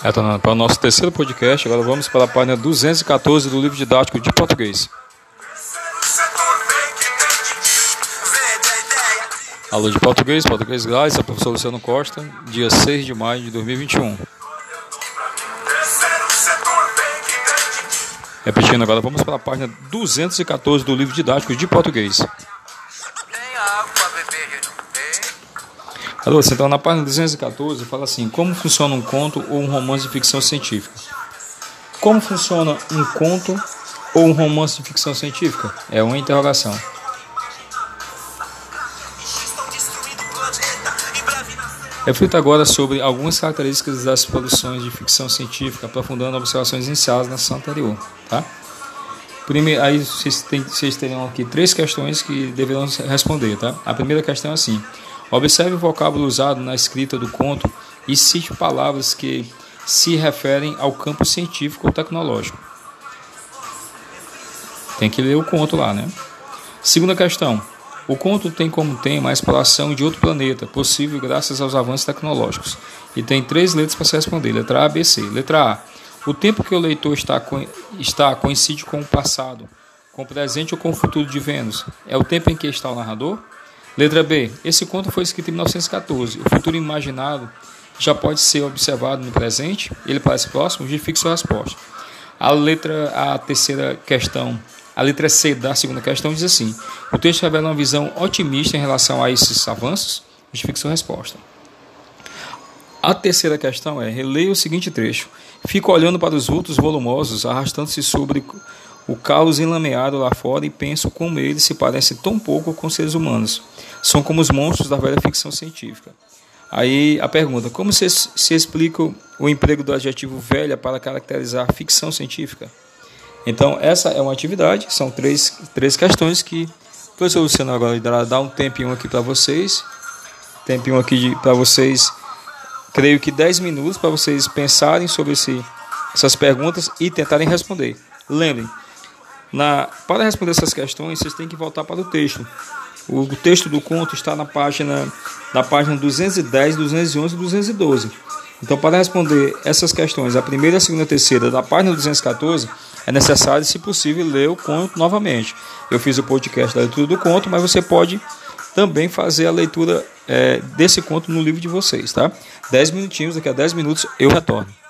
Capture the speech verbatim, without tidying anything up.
Retornando para o nosso terceiro podcast, agora vamos para a página duzentos e quatorze do livro didático de português. Aula de português, português Gás, a professora Luciano Costa, dia seis de maio de dois mil e vinte e um. Repetindo agora, vamos para a página duzentos e quatorze do livro didático de português. Alô, você então na página duzentos e quatorze fala assim: como funciona um conto ou um romance de ficção científica? Como funciona um conto ou um romance de ficção científica? É uma interrogação. Reflita agora sobre algumas características das produções de ficção científica, aprofundando observações iniciais na sessão anterior. Tá? Primeiro, aí vocês, tem, vocês terão aqui três questões que deverão responder. Tá? A primeira questão é assim: observe o vocábulo usado na escrita do conto e cite palavras que se referem ao campo científico ou tecnológico. Tem que ler o conto lá, né? Segunda questão: o conto tem como tema a exploração de outro planeta, possível graças aos avanços tecnológicos. E tem três letras para se responder: letra A, B, C. Letra A: o tempo que o leitor está, está coincide com o passado, com o presente ou com o futuro de Vênus. É o tempo em que está o narrador? Letra B: esse conto foi escrito em mil novecentos e quatorze. O futuro imaginado já pode ser observado no presente? Ele parece próximo? Justifique sua resposta. A letra A, terceira questão, a letra C da segunda questão diz assim: o texto revela uma visão otimista em relação a esses avanços? Justifique sua resposta. A terceira questão é: releia o seguinte trecho. Fico olhando para os vultos volumosos arrastando-se sobre o caos enlameado lá fora e penso como eles se parecem tão pouco com seres humanos. São como os monstros da velha ficção científica. Aí a pergunta: como se, se explica o emprego do adjetivo velha para caracterizar ficção científica? Então essa é uma atividade, são três, três questões que o professor Luciano agora dará dar um tempinho aqui para vocês. Tempinho aqui para vocês, creio que dez minutos para vocês pensarem sobre esse, essas perguntas e tentarem responder. Lembrem, Na, para responder essas questões, vocês têm que voltar para o texto. O, o texto do conto está na página, na página duzentos e dez, duzentos e onze e duzentos e doze. Então, para responder essas questões, a primeira, a segunda e a terceira da página duzentos e quatorze, é necessário, se possível, ler o conto novamente. Eu fiz o podcast da leitura do conto, mas você pode também fazer a leitura é, desse conto no livro de vocês. Tá? dez minutinhos, daqui a dez minutos eu retorno.